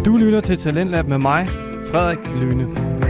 Du lytter til Talentlab med mig, Frederik Lyne.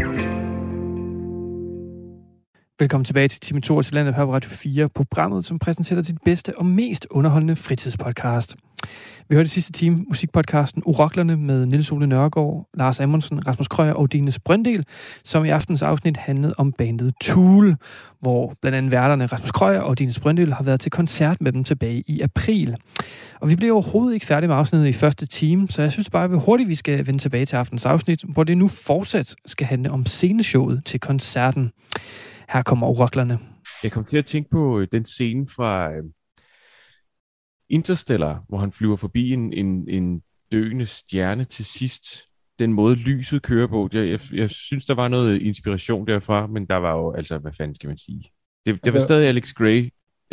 Velkommen tilbage til time 2 af Talentlab her på Radio 4, programmet, som præsenterer dit bedste og mest underholdende fritidspodcast. Vi hørte i sidste time musikpodcasten Oroklerne med Niels Ole Nørgaard, Lars Amundsen, Rasmus Krøyer og Dines Brøndel, som i aftens afsnit handlede om bandet Tool, hvor blandt andet værterne Rasmus Krøyer og Dines Brøndel har været til koncert med dem tilbage i april. Og vi blev overhovedet ikke færdige med afsnittet i første time, så jeg synes bare, hvor hurtigt vi skal vende tilbage til aftens afsnit, hvor det nu fortsat skal handle om sceneshowet til koncerten. Her kommer Oroklerne. Jeg kom til at tænke på den scene fra Interstellar, hvor han flyver forbi en døende stjerne til sidst. Den måde lyset kører på. Jeg synes, der var noget inspiration derfra, men der var jo, altså, hvad fanden skal man sige? Det var stadig Alex Grey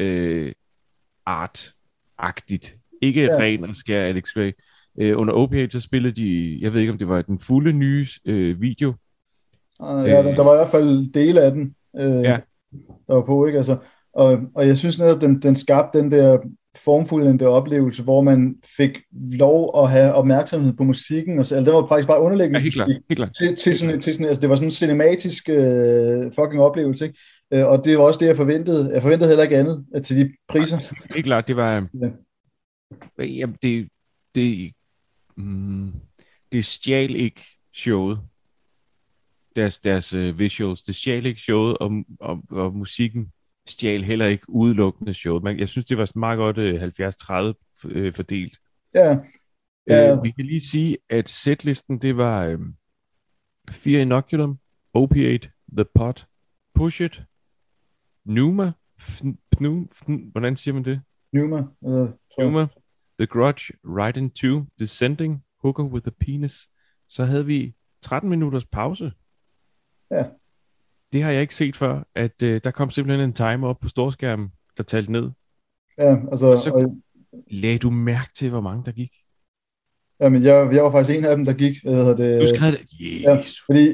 art-agtigt. Ikke ren og skær Alex Grey. Under Opiate, så spillede de, jeg ved ikke, om det var den fulde nye video. Der var i hvert fald dele af den, der var på, ikke? Altså, og jeg synes netop, den skabte den der formfulde, den der oplevelse, hvor man fik lov at have opmærksomhed på musikken, og så, altså, det var faktisk bare underlæggende helt klart. Til sådan, altså, det var sådan en cinematisk fucking oplevelse, ikke? Og det var også det, jeg forventede. Jeg forventede heller ikke andet til de priser. Helt klart, det var... Jamen, det stjal ikke showet. Deres visuals, det stjal ikke showet, og musikken stjal heller ikke udelukkende showet. Jeg synes, det var meget godt 70-30 fordelt. Ja. Vi kan lige sige, at setlisten, det var Fear Inoculum, Opiate, The Pot, Push It, Pneuma, hvordan siger man det? Pneuma, The Grudge, Right Into, Descending, Hooker with a Penis. Så havde vi 13 minutters pause. Ja. Det har jeg ikke set før, at der kom simpelthen en timer op på storskærmen, der talte ned. Ja, altså... Og så lagde du mærke til, hvor mange der gik? Jamen, jeg var faktisk en af dem, der gik. Du skrev det? Yes. Ja,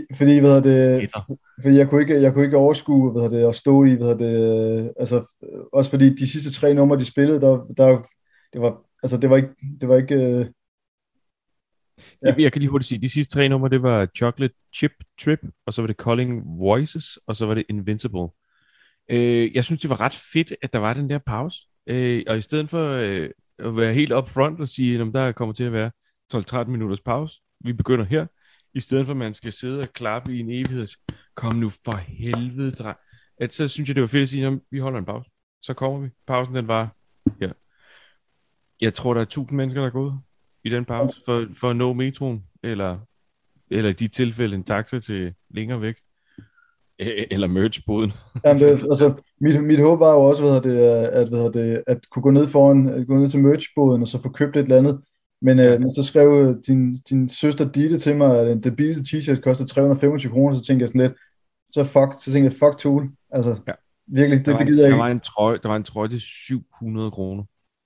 fordi jeg kunne ikke overskue, at stå i, altså, også fordi de sidste 3 numre, de spillede, det var ikke... Ja. Jeg kan lige hurtigt sige, de sidste 3 numre, det var Chocolate Chip Trip, og så var det Calling Voices, og så var det Invincible. Jeg synes, det var ret fedt, at der var den der pause. Og i stedet for at være helt upfront og sige, at der kommer til at være 12-13 minutters pause, vi begynder her, i stedet for at man skal sidde og klappe i en evighed. Kom nu for helvede, så synes jeg, det var fedt at sige, at vi holder en pause. Så kommer vi. Pausen, den var her. Jeg tror, der er 1000 mennesker, der er gået i den pause, for at nå metroen, eller i de tilfælde en taxa til længere væk, eller merch-boden. Jamen, altså, mit håb var jo også, at kunne gå ned til merch-boden, og så få købt et eller andet, men så skrev din søster Ditte til mig, at den billigste t-shirt kostede 325 kroner, så tænkte jeg sådan lidt, så tænkte jeg, fuck Tool, altså, virkelig, det gider jeg ikke. Der var en trøje til 700 kroner.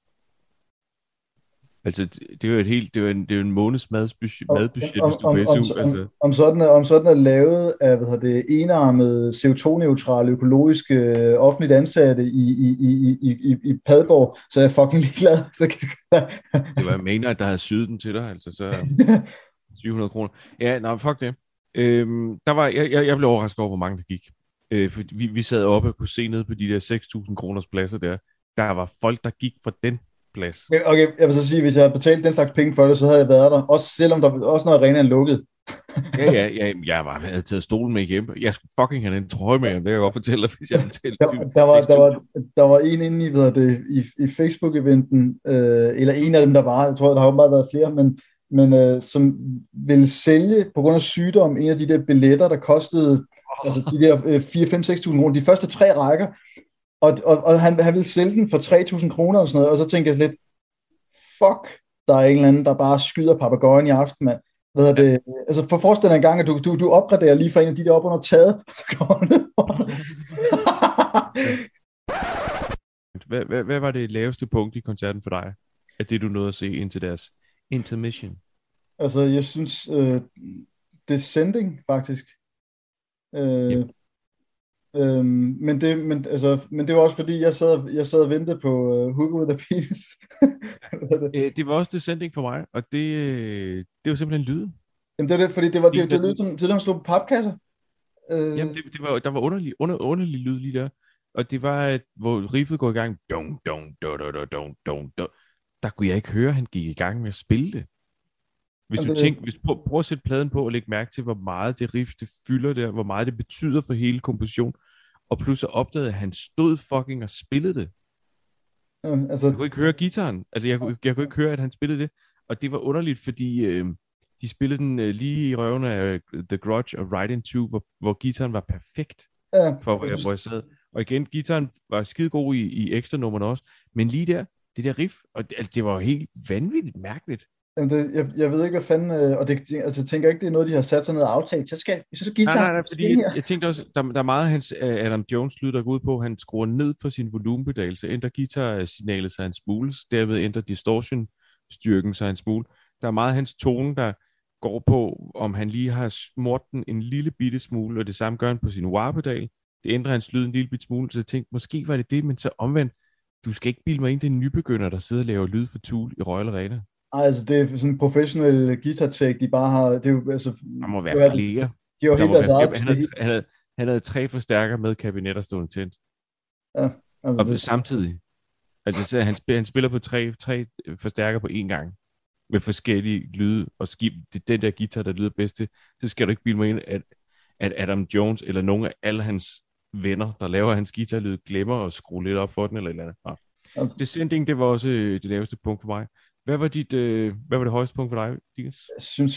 Altså, det er jo en måneds madbudget, hvis du vil SU. Om sådan er lavet af, enarmede, CO2-neutrale, økologiske, offentligt ansatte i Padborg, så er jeg fucking ligeglad. Det var jeg mener, at der havde syet den til dig, altså, så 700 kroner. Ja, fuck det. Jeg blev overrasket over, hvor mange der gik. For vi sad oppe og kunne se ned på de der 6.000 kroners pladser der. Der var folk, der gik for den plads. Okay, jeg vil så sige, hvis jeg havde betalt den slags penge for det, så havde jeg været der. Også selvom også når arenaen lukkede. Jeg havde taget stolen med hjem. Jeg skulle fucking have en trøje med, det kan jeg godt fortælle dig, hvis jeg betalte. Der var en inde i Facebook-eventen, eller en af dem, der var, jeg tror, der har jo bare været flere, men som ville sælge, på grund af sygdom, en af de der billetter, der kostede altså de der 4-5-6.000 kroner, de første 3 rækker, og han ville sælge den for 3.000 kroner og sådan noget, og så tænkte jeg lidt, fuck, der er en eller anden, der bare skyder papagøjen i aften, mand. Altså for forestil dig en gang, at du opgraderer lige fra en af de der op under taget. Hvad var det laveste punkt i koncerten for dig, af det du nåede at se indtil deres intermission? Altså jeg synes, Descending faktisk. Yep. Men det var også fordi, jeg sad og ventede på Hooker with a Penis. Det var også Descending for mig, og det var simpelthen lyden. Jamen det er det, fordi det lød som, han slog på papkasser. Jamen, der var underlig lyd lige der. Og det var, hvor riffet går i gang. Dun, dun, dun, dun, dun, dun, dun, dun. Der kunne jeg ikke høre, at han gik i gang med at spille det. Prøv at sætte pladen på og lægge mærke til, hvor meget det riff, det fylder der, hvor meget det betyder for hele kompositionen. Og pludselig opdagede at han stod fucking og spillede det. Jeg kunne ikke høre gitaren. Altså, jeg kunne ikke høre, at han spillede det. Og det var underligt, fordi de spillede den lige i røven af The Grudge og Right Into, hvor gitaren var perfekt for, hvor jeg sad. Og igen, gitaren var skidegod i ekstra nummerne også. Men lige der, det der riff, og det var jo helt vanvittigt mærkeligt. Jamen jeg ved ikke, hvad fanden, og det, altså, jeg tænker ikke, det er noget, de har sat sig ned og aftalt. Så gitaren... Nej, fordi jeg tænkte også, der er meget af hans Adam Jones-lyd, der går ud på, at han skruer ned for sin volumenpedal, så ændrer guitarsignalet sig en smule, derved ændrer distortion-styrken sig en smule. Der er meget af hans tone, der går på, om han lige har smurt den en lille bitte smule, og det samme gør han på sin wah-pedal. Det ændrer hans lyd en lille bitte smule, så jeg tænkte, måske var det, men så omvendt, du skal ikke bilde mig ind, det er en nybegynder, der sidder og laver lyd for Tool i Royal Arena. Ej, altså det er sådan en professionel guitar tech, de bare har, det er jo, altså... Der må være flere. De har helt deres han havde 3 forstærkere med kabinetter stående tændt. Ja, altså og det... samtidig. Altså han spiller på 3 forstærkere på én gang. Med forskellige lyde, og det er den der guitar, der lyder bedst til. Så skal du ikke bilde mig ind, at Adam Jones, eller nogen af alle hans venner, der laver hans guitarlyd, glemmer at skrue lidt op for den, eller et eller andet. Ja. Okay. Descending, det var også det laveste punkt for mig. Hvad var det højeste punkt for dig, Dickens? Jeg synes,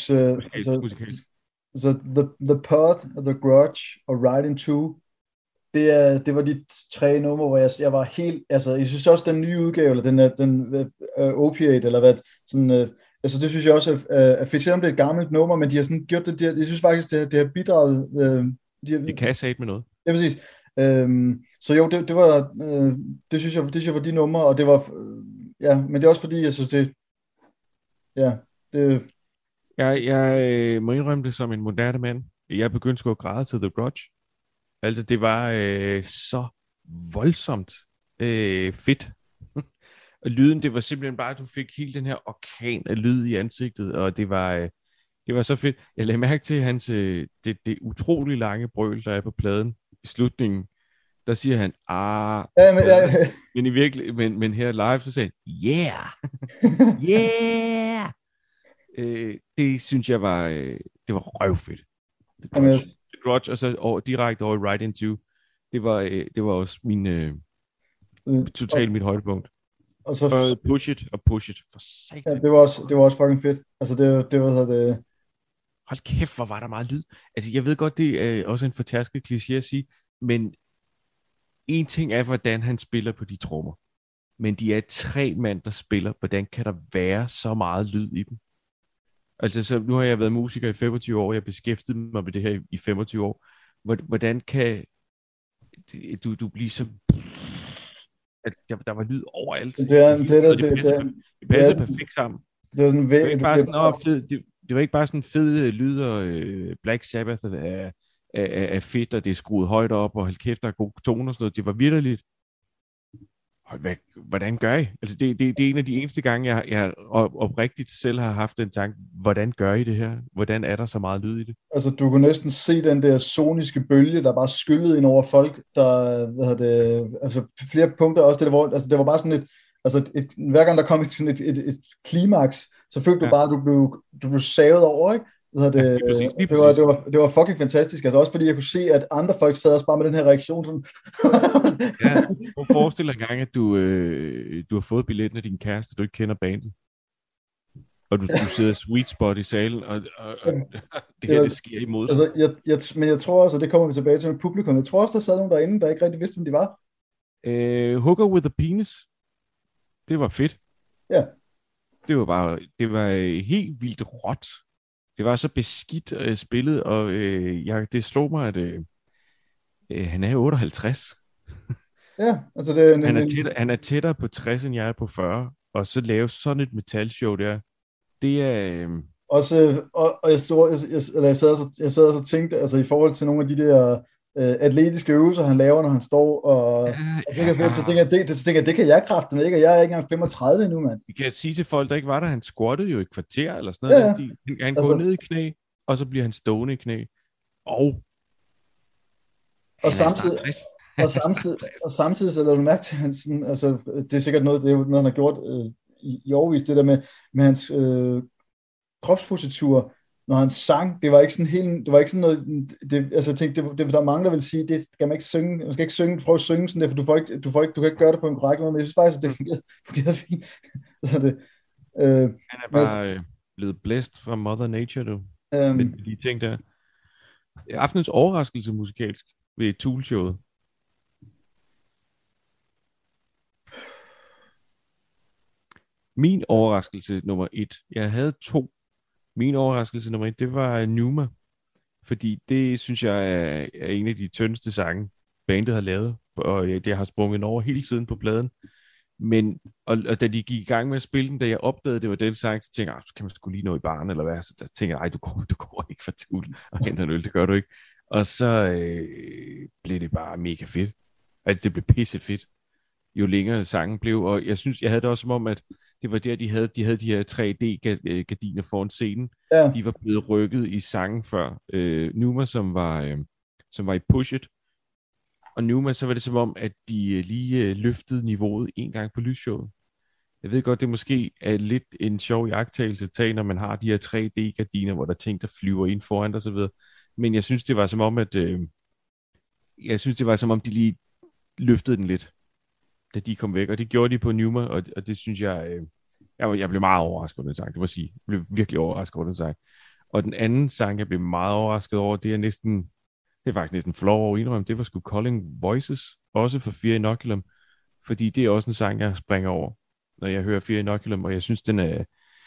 så The Path, The Grudge og Right Into, det var de 3 numre, hvor jeg var helt, altså jeg synes også den nye udgave, eller den Opiate, eller hvad, sådan, altså det synes jeg også er fedt, selvom det er et gammelt nummer, men de har sådan gjort det, jeg synes faktisk, det har bidraget. Det kan jeg sige med noget. Ja, præcis. Så jo, det var, det synes jeg var de numre, og det var, ja, men det er også fordi, jeg synes det, ja, det... Jeg må indrømme det som en moderne mand. Jeg begyndte sgu at græde til The Grudge. Altså, det var så voldsomt fedt. Og lyden, det var simpelthen bare, at du fik hele den her orkan af lyd i ansigtet, og det var så fedt. Jeg lagde mærke til hans, det utrolig lange brøl, der er på pladen i slutningen. Der siger han, men i virkelig, men her live, så siger han, yeah! Yeah! Det synes jeg var, det var røvfedt. The Grudge, og så direkte over Right Into, det var også totalt mit højdepunkt. Og så Push It, for satan. Ja, det var også fucking fedt. Altså det var det. Hold kæft, hvor var der meget lyd. Altså jeg ved godt, det er også en fortærsket kliché at sige, men en ting er, hvordan han spiller på de trommer. Men de er 3 mand, der spiller. Hvordan kan der være så meget lyd i dem? Altså, så nu har jeg været musiker i 25 år. Jeg har beskæftiget mig med det her i 25 år. Hvordan kan du blive så... Altså, der var lyd overalt. Det passer perfekt sammen. Det var sådan det var ikke bare sådan fed lyd, og Black Sabbath er fedt, og det er skruet højt op, og hold kæft, der er god tone og sådan noget. Det var vitterligt. Hvordan gør I? Altså, det er en af de eneste gange, jeg oprigtigt selv har haft den tanke, hvordan gør I det her? Hvordan er der så meget lyd i det? Altså, du kunne næsten se den der soniske bølge, der bare skyllede ind over folk, altså flere punkter også, det var bare sådan et, altså hver gang der kom et klimaks, så følte du bare, at du blev savet over, ikke? Det var fucking fantastisk, altså også fordi jeg kunne se, at andre folk sad også bare med den her reaktion sådan. Ja, du forestiller en gang, at du har fået billetten af din kæreste, du ikke kender bandet, og du sidder sweet spot i salen, og det her, det sker imod. Altså, men jeg tror også, og det kommer vi tilbage til med publikum, jeg tror også, der sad nogen derinde, der ikke rigtig vidste, hvem de var. Hooker with a Penis, det var fedt. Ja. Det var helt vildt råt. Det var så beskidt spillet, og det slog mig, at han er 58. Ja, altså han er tættere på 60, end jeg er på 40, og så lave sådan et metalshow der, det er... Også, og jeg sad og så tænkte, altså i forhold til nogle af de der atletiske øvelser, han laver, når han står og så tænker jeg, det kan jeg kræfte med, ikke? Og jeg er ikke engang 35 endnu, mand. Vi kan sige til folk, der ikke var der, han squattede jo et kvarter, eller sådan noget. Ja. Han går ned i knæ, og så bliver han stående i knæ. Og samtidig så lader du mærke til hans, altså det er sikkert noget, han har gjort i årevis, det der med hans kropspositur, når han sang, det var ikke sådan noget, altså jeg tænkte, det der er mange, der vil sige, det skal man ikke synge, man skal ikke synge, prøve at synge sådan der, for du kan ikke gøre det på en korrekt måde, men jeg synes faktisk, at det fungerede fint. Så det, han er bare blevet blæst fra Mother Nature, du. Med de ting der. Aftenens overraskelse musikalsk ved Tool-showet. Min overraskelse nummer 1. Jeg havde 2. Min overraskelse nummer 1, det var Numa. Fordi det, synes jeg, er en af de tyndeste sange, bandet har lavet. Og det har sprunget over hele tiden på pladen. Men, og da de gik i gang med at spille den, da jeg opdagede, det var den sang, så tænkte jeg, så kan man sgu lige nå i baren, eller hvad? Så tænkte jeg, nej, du går ikke for Tool og henter en øl, det gør du ikke. Og så blev det bare mega fedt. Altså, det blev pisse fedt, jo længere sangen blev. Og jeg synes, jeg havde det også som om, at det var der, de havde de her 3D-gardiner foran scenen. Ja. De var blevet rykket i sangen før. Numa, som var i Push It. Og Numa, så var det som om, at de lige løftede niveauet en gang på lysshowet. Jeg ved godt, det måske er lidt en sjov iagttagelse at tage, når man har de her 3D-gardiner, hvor der er ting, der flyver ind foran dig og så videre. Men jeg synes, det var som om, de lige løftede den lidt, da de kom væk. Og det gjorde de på Numa, og det synes jeg... Jeg blev meget overrasket over den sang, det må sige. Jeg blev virkelig overrasket over den sang. Og den anden sang, jeg blev meget overrasket over, det er faktisk næsten flov over indrømme, det var sgu Calling Voices, også for Fear Inoculum, fordi det er også en sang, jeg springer over, når jeg hører Fear Inoculum, og jeg synes, den er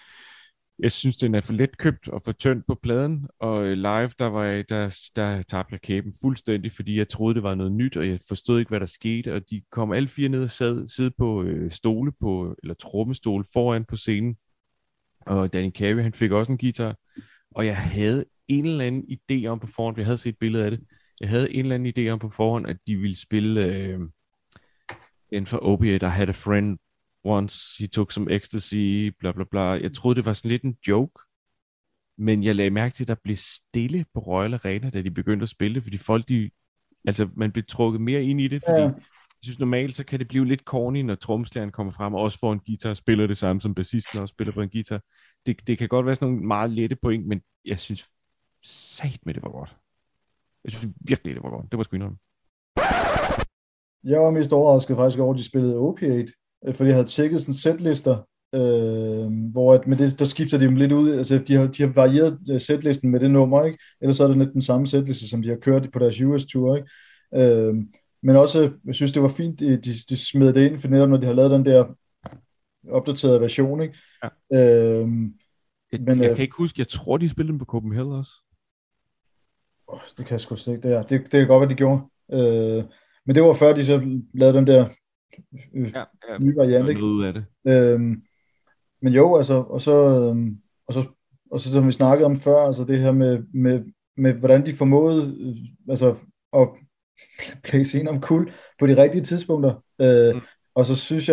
for letkøbt og for tynd på pladen, og live, der tabte jeg kæben fuldstændig, fordi jeg troede, det var noget nyt, og jeg forstod ikke, hvad der skete, og de kom alle 4 ned og sidde på stole eller trommestole foran på scenen, og Danny Carey, han fik også en guitar, og jeg havde en eller anden idé om på forhånd, jeg havde set et billede af det, jeg havde en eller anden idé om på forhånd, at de ville spille en for Opiate, I Had a Friend Once, He Took Some Ecstasy, bla bla bla. Jeg troede, det var sådan lidt en joke, men jeg lagde mærke til, at der blev stille på Royal Arena, da de begyndte at spille, fordi man blev trukket mere ind i det, fordi jeg synes normalt, så kan det blive lidt corny, når trommeslageren kommer frem, og også får en guitar og spiller det samme, som bassisten også spiller på en guitar. Det kan godt være sådan nogle meget lette point, men jeg synes satme, det var godt. Jeg synes virkelig, det var godt. Det var sgu indrømme. Jeg var mest overrasket faktisk over, at de spillede Opiate, fordi jeg havde tjekket sådan setlister, men der skifter de dem lidt ud. Altså, de har varieret setlisten med det nummer, ikke? Ellers så er det lidt den samme setliste, som de har kørt på deres US-tour, ikke? Men også, jeg synes, det var fint, de smed det ind, for netop når de har lavet den der opdaterede version, ikke? Ja. Jeg kan ikke huske, jeg tror, de spillede dem på Copenhagen også. Det kan jeg sgu ikke. Det kan godt være, de gjorde. Men det var før, de så lavede den der nye variant, ikke? Ud af det. Men jo, altså, og så som vi snakkede om før, altså det her med hvordan de formåede altså at play scenen om kul på de rigtige tidspunkter. Og så synes jeg,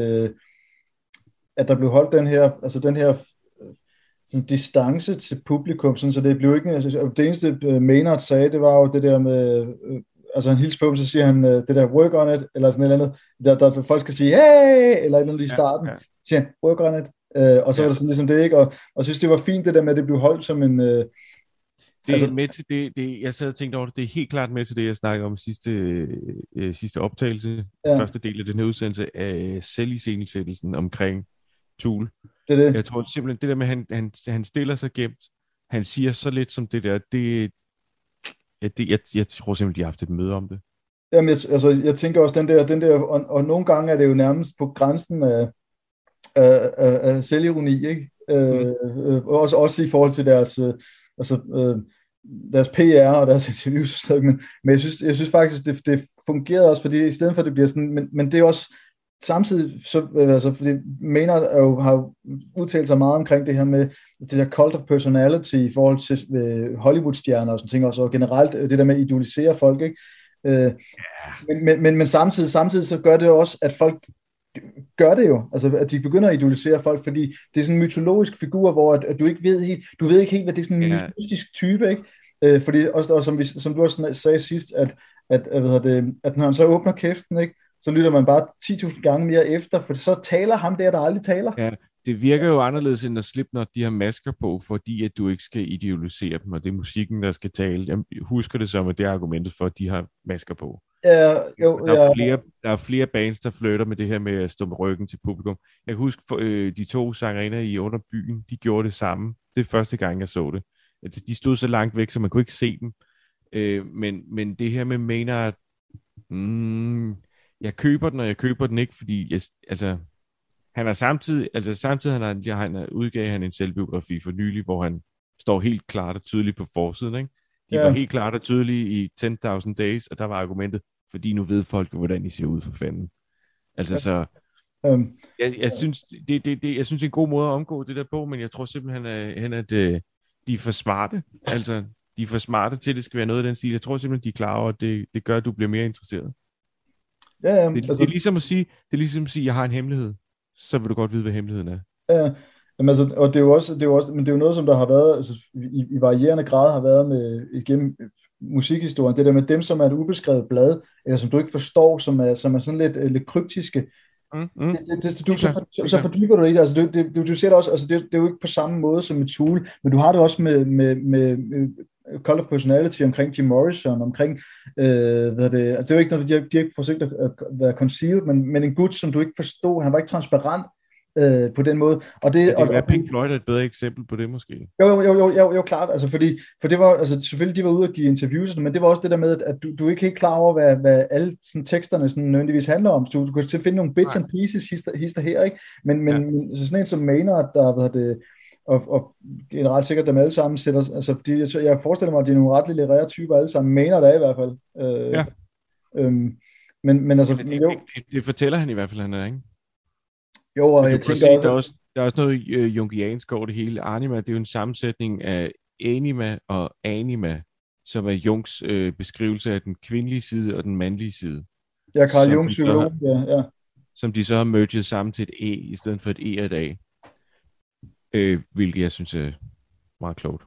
at der blev holdt den her sådan distance til publikum, sådan, så det blev ikke, altså, det eneste Maynard sagde, det var jo det der med, altså han hilser på dem, så siger han, det der work on it, eller sådan et eller andet, der folk skal sige, hey, eller et eller andet i starten, siger han, work on it, og så var det sådan ligesom det, ikke, og synes det var fint det der med, at det blev holdt som en, det er med til det, jeg sad og tænkte over det er helt klart med til det, jeg snakkede om sidste optagelse, første del af den her udsendelse af selviscenesættelsen omkring Tool. Det. Jeg tror simpelthen, det der med, han stiller sig gemt, han siger så lidt som det der, jeg tror simpelthen, de har haft et møde om det. Jamen, jeg tænker også, den der og nogle gange er det jo nærmest på grænsen af selvironi, ikke? Også i forhold til deres PR og deres interviews, men jeg synes faktisk, det fungerede også, fordi i stedet for, det bliver sådan, men det er også, samtidig, så, altså, fordi Maynard har jo udtalt sig meget omkring det her med det der cult of personality i forhold til Hollywood-stjerner og sådan ting også, og generelt det der med at idolisere folk, ikke? Men samtidig så gør det jo også, at folk gør det jo, altså at de begynder at idolisere folk, fordi det er sådan en mytologisk figur, hvor at du ikke ved helt, hvad det er sådan en mystisk type, ikke? Fordi også som du også sagde sidst, at når han så åbner kæften, ikke, så lytter man bare 10.000 gange mere efter, for så taler ham der aldrig taler. Ja, det virker jo anderledes, end at Slipknot, de har masker på, fordi at du ikke skal idealisere dem, og det er musikken, der skal tale. Jeg husker det som, at det er argumentet for, at de har masker på. Ja, Der er flere bands, der flytter med det her med at stå med ryggen til publikum. Jeg kan huske, de to sangerinder i Under Byen, de gjorde det samme. Det er første gang, jeg så det. De stod så langt væk, så man kunne ikke se dem. Men det her med Maynard, jeg køber den, og jeg køber den ikke, fordi han er samtidig han udgav han en selvbiografi for nylig, hvor han står helt klart og tydeligt på forsiden, ikke? De var helt klart og tydelige i 10.000 Days, og der var argumentet, fordi nu ved folk, hvordan I ser ud for fanden. Så jeg synes, jeg synes, det er en god måde at omgå det der på, men jeg tror simpelthen, at de er for smarte. Altså, de er for smarte til, at det skal være noget af den stil. Jeg tror simpelthen, de er klar over, at det gør, at du bliver mere interesseret. Det er ligesom at sige, jeg har en hemmelighed. Så vil du godt vide, hvad hemmeligheden er. Ja, jamen altså, og det er jo også, men det er jo noget, som der har været, altså, i varierende grad har været med igennem musikhistorien, det der med dem, som er et ubeskrevet blad, eller som du ikke forstår, som er sådan lidt kryptiske. Så fordyber du i det. Altså, du ser det også, altså, det er jo ikke på samme måde som et Tool, men du har det også med Cult of Personality omkring Jim Morrison, omkring, altså, det er jo ikke noget, de har ikke forsøgt at være concealed, men en gut, som du ikke forstod, han var ikke transparent på den måde. Og det kan være Pink Floyd er et bedre eksempel på det, måske. Jo, klart, altså, for det var, altså, selvfølgelig, de var ude at give interviews, men det var også det der med, at du er ikke helt klar over, hvad alle sådan, teksterne sådan, nødvendigvis handler om. Så du kan til finde nogle bits and pieces, hister her, ikke? Men så sådan en som Maynard, der og generelt sikkert dem alle sammen sætter, altså, jeg forestiller mig, at de er nogle ret litterære typer alle sammen, Maynard er i hvert fald. Men altså, det fortæller han i hvert fald, han er, ikke? Jo, og jeg tænker også... Der er også noget jungiansk over det hele. Anima, det er jo en sammensætning af anima og anima, som er Jungs beskrivelse af den kvindelige side og den mandlige side. Ja, Carl Jung, psykolog, ja. Som de så har merged sammen til et E, i stedet for et E og et A. Hvilket jeg synes er meget klogt.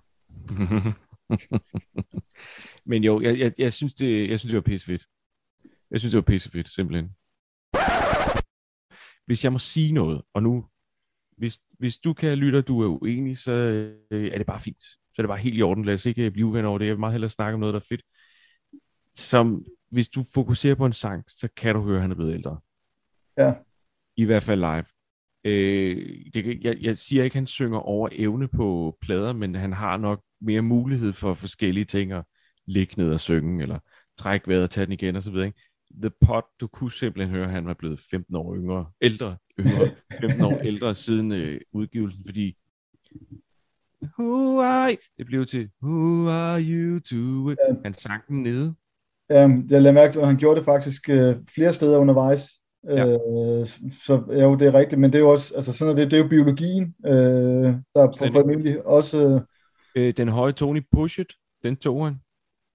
Men jo, jeg synes, det var pissefedt. Jeg synes, det var pissefedt, simpelthen. Hvis jeg må sige noget, og nu, hvis du kan lytte, og du er uenig, så er det bare fint. Så er det bare helt i orden. Lad os ikke blive uvenner over det. Jeg vil meget hellere snakke om noget, der er fedt. Som, hvis du fokuserer på en sang, så kan du høre, at han er blevet ældre. Ja. I hvert fald live. Jeg siger ikke, at han synger over evne på plader, men han har nok mere mulighed for forskellige ting at ligge ned og synge, eller trække vejret og tage den igen, og så videre, ikke? The Pot, du kunne simpelthen høre, at han var blevet 15 år ældre, 15 år ældre siden udgivelsen, fordi det blev til Who are you to it? Han sang den nede. Jeg lader mærke til, at han gjorde det faktisk flere steder undervejs. Så jo, det er rigtigt, men det er jo også, altså sådan det er jo biologien, der er formentlig også... Den høje tone i Push It, den tog han.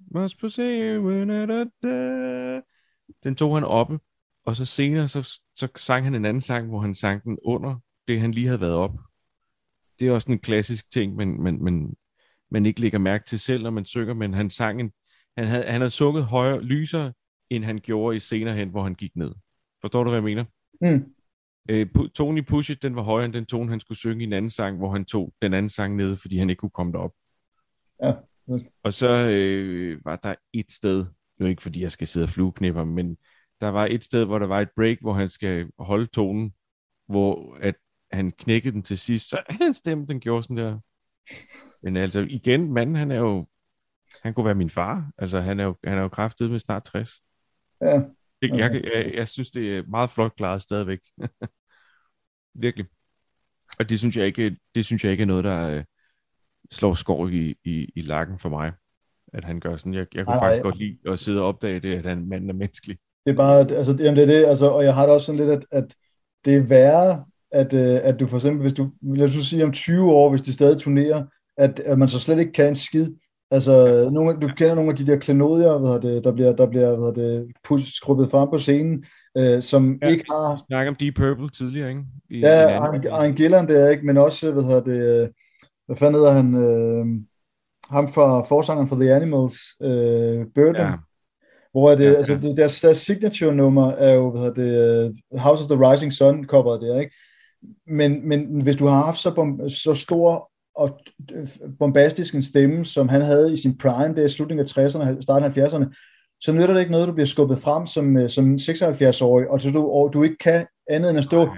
Den tog han oppe, og så senere så sang han en anden sang, hvor han sang den under det, han lige havde været op. Det er også en klassisk ting, men man ikke lægger mærke til selv, når man synger, men han sang han havde sunget højere, lysere, end han gjorde i senere hen, hvor han gik ned. Forstår du, hvad jeg mener? Tonen i Push It, den var højere end den tone, han skulle synge i en anden sang, hvor han tog den anden sang ned, fordi han ikke kunne komme derop. Ja. Og så var der et sted, nu ikke fordi jeg skal sidde og flueknipper, men der var et sted, hvor der var et break, hvor han skal holde tonen, hvor at han knækkede den til sidst, så hans stemme, den gjorde sådan der. Men altså igen, manden, han kunne være min far. Altså han er jo kraftedet med snart 60. Ja. Okay. Jeg synes, det er meget flot klaret stadigvæk. Virkelig. Og det synes jeg ikke er noget, der slår skår i lakken for mig, at han gør sådan. Jeg kunne faktisk godt lide at sidde og opdage det, at manden er menneskelig. Det er bare, altså, jamen det er det, altså, og jeg har det også sådan lidt, at det er værre, at du for eksempel, hvis du, lad os sige om 20 år, hvis de stadig turnerer, at man så slet ikke kan en skid. Altså, du kender nogle af de der klenodier, der bliver skrubbet frem på scenen, som ikke har... Vi snakker om Deep Purple tidligere, ikke? Ian Gillan der, ikke? Men også, hvad fanden hedder han? Ham fra forsangeren for The Animals, Burden. Ja. Hvor deres signature-nummer er jo, House of the Rising Sun coveret der, ikke? Men hvis du har haft så stor og bombastisk en stemme, som han havde i sin prime, det er slutningen af 60'erne, starten af 70'erne, så nytter det ikke noget, du bliver skubbet frem som 76-årig, og så du ikke kan andet end at stå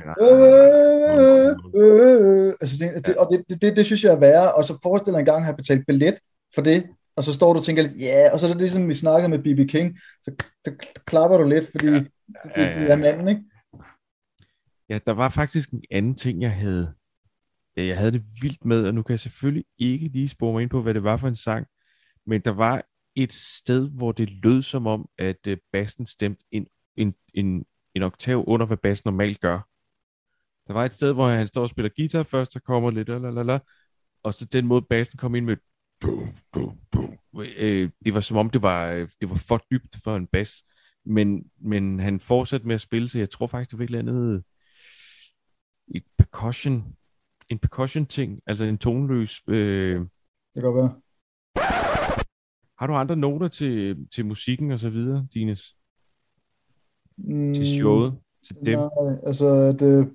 og det synes jeg er værre, og så forestiller en gang at have betalt billet for det, og så står du og tænker lidt, og så er det ligesom vi snakkede med B.B. King, så klapper du lidt, fordi det er manden, ikke? Ja, der var faktisk en anden ting, jeg havde det vildt med, og nu kan jeg selvfølgelig ikke lige spore mig ind på, hvad det var for en sang, men der var et sted, hvor det lød som om, at bassen stemte en oktav under, hvad bassen normalt gør. Der var et sted, hvor han står og spiller guitar først, der kommer lidt, og så den måde, bassen kom ind med det var som om, det var for dybt for en bas, men han fortsatte med at spille, så jeg tror faktisk, det var et eller andet en percussion ting, altså en toneløs. Det kan godt være. Har du andre noter til musikken og så videre, Dines? Til showet? Til dem? Nej, altså det...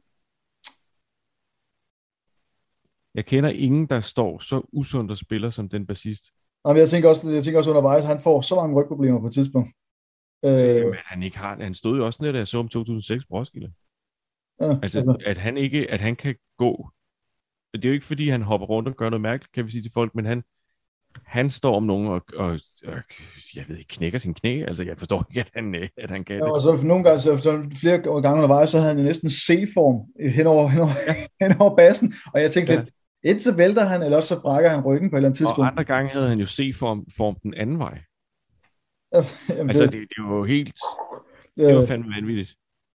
Jeg kender ingen, der står så usundt og spiller som den bassist. Jamen, jeg tænker også undervejs, han får så mange rygproblemer på et tidspunkt. Men han stod jo også nede, da jeg så om 2006 på Roskilde. Ja, altså, at han kan gå. Det er jo ikke, fordi han hopper rundt og gør noget mærkeligt, kan vi sige til folk, men han står om nogen og jeg ved ikke, knækker sin knæ. Altså, jeg forstår ikke, at han kan det. Og så nogle gange, så flere gange undervejs, så havde han jo næsten C-form henover bassen, og jeg tænkte lidt, enten så vælter han, eller også så brækker han ryggen på et eller andet tidspunkt. Og andre gange havde han jo C-form den anden vej. Jamen, altså, det var jo helt... Det var fandme vanvittigt.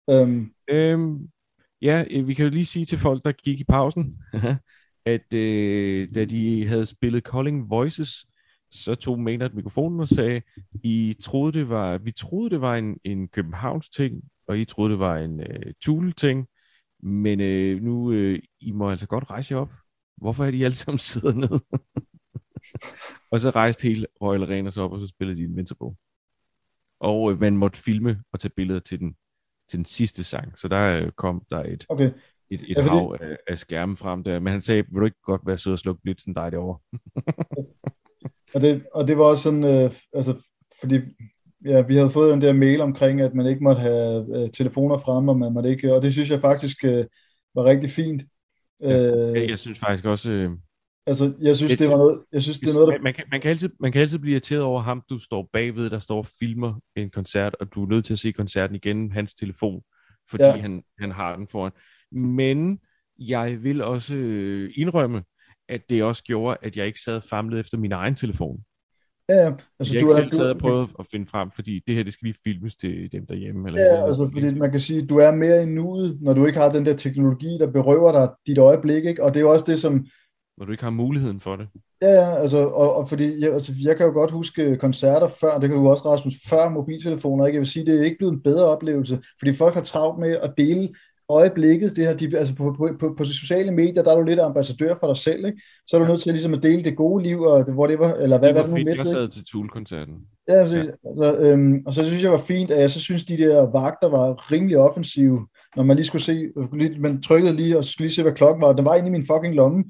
Vi kan jo lige sige til folk, der gik i pausen, at da de havde spillet Calling Voices, så tog Maynard mikrofonen og sagde, vi troede, det var en Københavns ting, og I troede, det var en Thule ting, men nu, I må altså godt rejse jer op. Hvorfor er de alle sammen siddet ned? Og så rejste hele Royal Arena sig op, og så spillede de Invincible. Og man måtte filme og tage billeder til den sidste sang, så der kom der et hav af skærmen frem der, men han sagde, vil du ikke godt være sød og slukke blitzen dig derovre? og det var også sådan, fordi vi havde fået den der mail omkring, at man ikke måtte have telefoner fremme, og man måtte ikke, og det synes jeg faktisk var rigtig fint. Jeg synes faktisk også... jeg synes, det var noget... det er noget, man kan altid blive irriteret over ham, du står bagved, der står og filmer en koncert, og du er nødt til at se koncerten igen, hans telefon, fordi han har den foran. Men jeg vil også indrømme, at det også gjorde, at jeg ikke sad og famlede efter min egen telefon. Ja, altså jeg ikke selv sad og prøvet at finde frem, fordi det her, det skal lige filmes til dem derhjemme. Fordi man kan sige, at du er mere i nuet, når du ikke har den der teknologi, der berøver dig dit øjeblik, ikke? Og det er jo også det, som... Når du ikke har muligheden for det. Og fordi jeg kan jo godt huske koncerter før, det kan du også, Rasmus, før mobiltelefoner, ikke? Jeg vil sige, det er ikke blevet en bedre oplevelse, fordi folk har travlt med at dele øjeblikket, det her, altså på de sociale medier, der er du lidt ambassadør for dig selv, ikke? Så er du nødt til ligesom at dele det gode liv, og det, whatever, eller hvad var det nu med. Jeg sad til Tool-koncerten. Ja, præcis. Og så synes jeg var fint, at jeg så synes, de der vagter var rimelig offensive, når man lige skulle se, man trykkede lige, og skulle lige se, hvad klokken var, den var inde i min fucking lomme.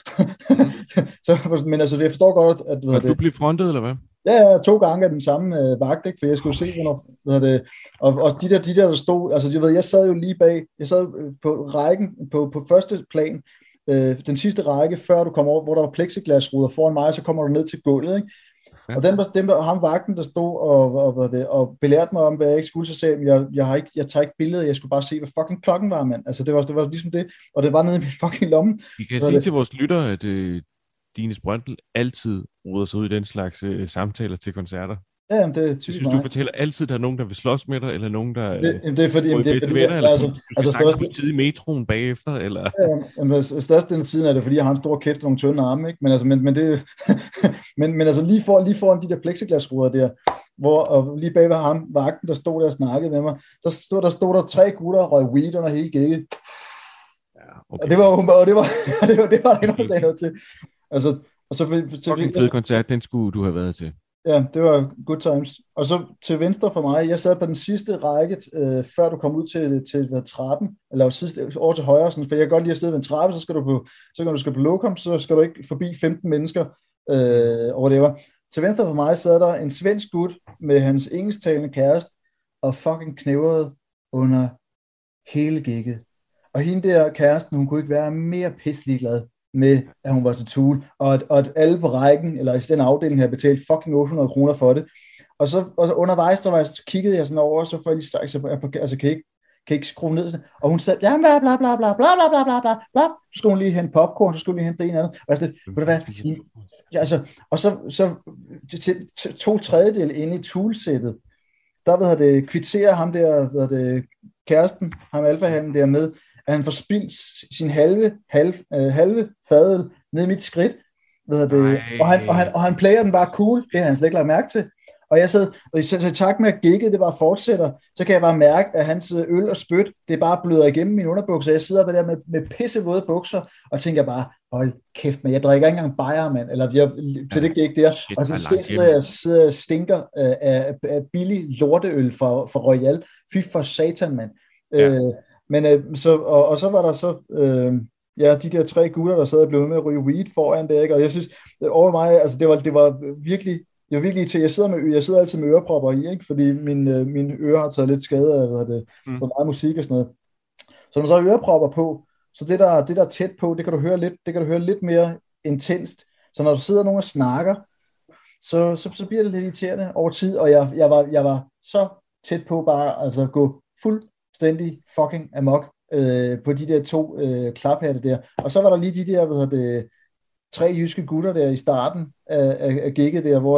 Men altså, jeg forstår godt, at... Var du blev frontet, eller hvad? Ja, 2 gange af den samme vagt, ikke? For jeg skulle se, hvornår, og de der stod, altså jeg sad jo lige bag, jeg sad på rækken, på første plan, den sidste række, før du kom over, hvor der var plexiglasruder foran mig, så kommer du ned til gulvet, ikke? Ja. Og ham vagten, der stod og belærte mig om, hvad jeg ikke skulle, så sagde jeg tager ikke billeder, jeg skulle bare se, hvad fucking klokken var, mand. Altså, det var ligesom det, og det var nede i min fucking lomme. Vi kan sige til vores lyttere, at Dines Brøndel altid ruder sig ud i den slags samtaler til koncerter. Ja, jamen, det er Jeg typisk synes, du mig. fortæller altid, at der er nogen, der vil slås med dig, eller nogen, der Det er fordi, får jamen, i det er bedste fordi venner, eller altså, du skal snakke med største, politiet i metroen bagefter, eller... jamen, størstedelen af tiden er det, fordi jeg har en stor kæft og nogle tynde arme, ikke? Men altså, men det, men altså lige foran de der plexiglasruder der, og lige bag ved ham, vagten, der stod der og snakkede med mig, der stod der 3 gutter og røg weed under hele gækket. Ja, Og okay. det var det var der ikke nogen, der sagde noget til. Altså, og så Fucking fed koncert, den skulle du have været til. ja, det var good times. Og så til venstre for mig, jeg sad på den sidste række, før du kom ud til trappen, eller sidste over til højre, sådan, for jeg kan godt lide at sidde ved en trappe, så når du skal på lokum, så skal du ikke forbi 15 mennesker, over det var. Til venstre for mig sad der en svensk gut med hans engelsktalende kæreste, og fucking knævrede under hele gigget. Og hende der kæresten, hun kunne ikke være mere pisselig glad med, at hun var til Tool, og at alle på rækken, eller i den afdeling, havde betalt fucking 800 kroner for det. Og så undervejs, så kiggede jeg sådan over, så får jeg lige sagt, altså kan I ikke skrue ned? Og hun sagde, ja, bla bla bla bla bla bla bla bla bla, så skulle hun lige hente popcorn, så skulle hun lige hente det ene andet. Og jeg ved du hvad, altså, og så til 2/3 inde i Tool-sættet, der kvitterer ham der, kæresten, ham alfahanden der med, at han får spildt sin halve fadøl ned i mit skridt, og han player den bare cool, det har han slet ikke lagt mærke til. Og jeg sad, og i takt med at gigget det bare fortsætter, så kan jeg bare mærke, at hans øl og spyt, det bare bløder igennem mine underbukser. Jeg sidder der med pissevåde bukser, og tænker bare, hold kæft, men jeg drikker ikke engang bajer, mand, eller til det gik der. Og så sidder jeg stinker af billig lorteøl fra Royal. Fy for satan, mand. Ja. Så var der så de der 3 gutter, der sad og blev med at ryge weed foran det, ikke? Og jeg synes over mig, altså det var virkelig til, jeg sidder altid med ørepropper i, ikke? Fordi mine ører har taget lidt skade af for meget musik og sådan noget. Så når man så har ørepropper på, så det der er tæt på, det kan du høre lidt mere intenst. Så når du sidder nogen og snakker, så bliver det lidt irriterende over tid, og jeg var så tæt på bare altså at gå fuldstændig fucking amok på de der 2 klaphatte der. Og så var der lige de der, 3 jyske gutter der i starten af gigget der, hvor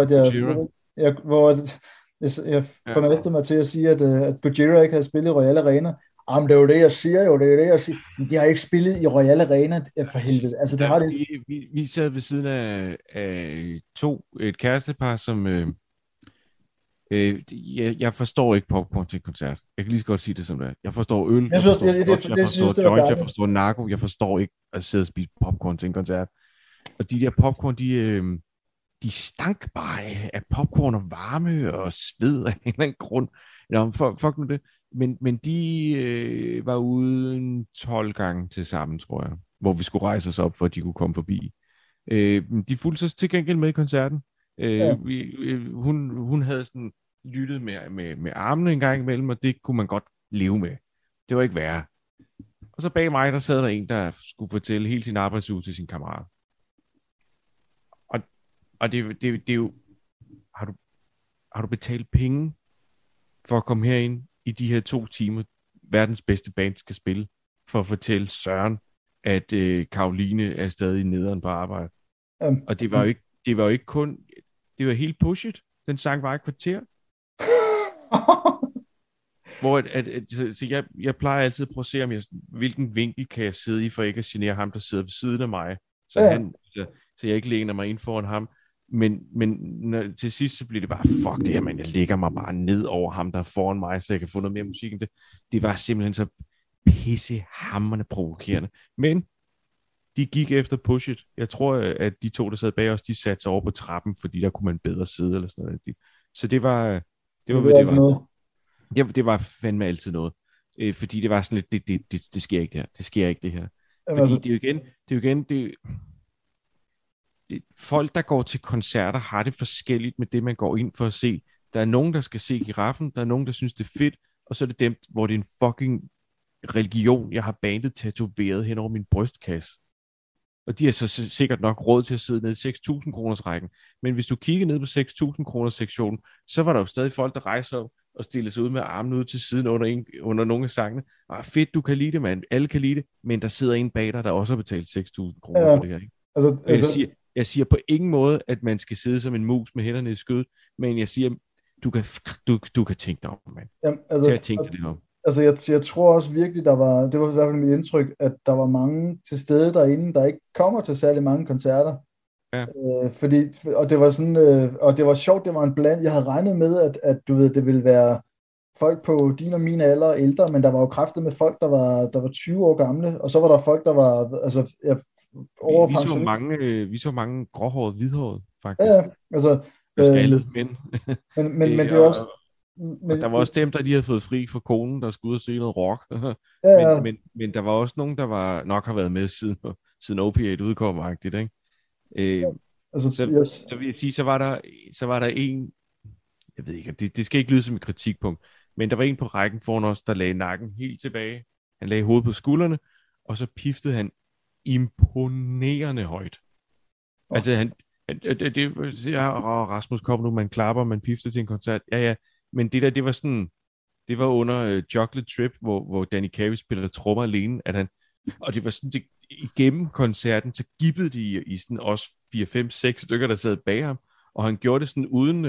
jeg kom efter mig til at sige, at Gojira ikke havde spillet i Royal Arena. Jamen, det er jo det, jeg siger jo. Det er det, jeg siger. Men de har ikke spillet i Royal Arena, for helvede. Altså, det har det. Vi sad ved siden af et kærestepar, som... jeg forstår ikke popcorn til en koncert. Jeg kan lige så godt sige det som det er. Jeg forstår øl, jeg forstår joint, jeg forstår narko, jeg forstår ikke at sidde og spise popcorn til en koncert. Og de der popcorn, de stank bare af popcorn og varme og sved af en eller anden grund. Nå, fuck nu det. Men de var ude 12 gange til sammen, tror jeg, hvor vi skulle rejse os op, for at de kunne komme forbi. De fulgte sig til gengæld med i koncerten. Hun havde sådan lyttet med armene en gang imellem, og det kunne man godt leve med. Det var ikke værre. Og så bag mig, der sad der en, der skulle fortælle hele sin arbejdsuge til sin kammerat. Og det er jo... Har du betalt penge for at komme herind i de her 2 timer, verdens bedste band skal spille, for at fortælle Søren, at Karoline er stadig nederen på arbejde? Og det var jo ikke kun... Det var helt pushet. Den sang var et kvarter. Hvor så jeg plejer altid at prøve at se, hvilken vinkel kan jeg sidde i, for ikke at genere ham, der sidder ved siden af mig. Så jeg ikke læner mig ind foran ham. Men til sidst, så bliver det bare, fuck det her, man. Jeg lægger mig bare ned over ham, der er foran mig, så jeg kan få noget mere musik end det. Det var simpelthen så pissehamrende provokerende. Men de gik efter push it. Jeg tror, at de 2, der sad bag os, de satte sig over på trappen, fordi der kunne man bedre sidde, eller sådan noget. Så det var det var fandme altid noget. Fordi det var sådan lidt, det sker ikke det her. Det sker ikke det her. Fordi det er jo igen, folk, der går til koncerter, har det forskelligt med det, man går ind for at se. Der er nogen, der skal se Giraffen, der er nogen, der synes, det er fedt, og så er det dem, hvor det er en fucking religion, jeg har bandet tatoveret hen over min brystkasse. Og de har så sikkert nok råd til at sidde nede i 6.000 kroners rækken. Men hvis du kigger ned på 6.000 kroners sektionen, så var der jo stadig folk, der rejser op og stiller sig ud med armen ud til siden under nogle af sangene. Fedt, du kan lide det, mand. Alle kan lide det. Men der sidder en bag dig, der også har betalt 6.000 kroner for det her. Ikke? Jeg siger på ingen måde, at man skal sidde som en mus med hænderne i skødet, men jeg siger, du kan tænke dig om, mand. Jamen, Til at tænke det om. Altså, jeg tror også virkelig, det var i hvert fald mit indtryk, at der var mange til stede derinde, der ikke kommer til særlig mange koncerter. Ja. Og det var sådan, og det var sjovt, det var en bland. Jeg havde regnet med, at du ved, det ville være folk på din og min alder og ældre, men der var jo kræftet med folk, der var 20 år gamle, og så var der folk, der var, altså, over pension. Vi så mange gråhårede, hvidhårede, faktisk. Ja, altså... Skaldet mænd. Men det er også... Og der var også dem, der lige havde fået fri fra konen, der skulle ud og se noget rock. Ja. Men der var også nogen, der nok har været med siden Opiate udkom-agtigt, ikke? Så vil jeg sige, så var der en, jeg ved ikke, det skal ikke lyde som et kritikpunkt, men der var en på rækken foran os, der lagde nakken helt tilbage. Han lagde hovedet på skuldrene, og så piftede han imponerende højt. Altså det siger, Rasmus, kom nu, man klapper, man pifter til en koncert. Ja, men det var sådan, det var under Chocolate Trip, hvor Danny Carey spiller trommer alene, og det var sådan, igennem koncerten, så gibbede de i sådan også 4, 5, 6 stykker, der sad bag ham, og han gjorde det sådan uden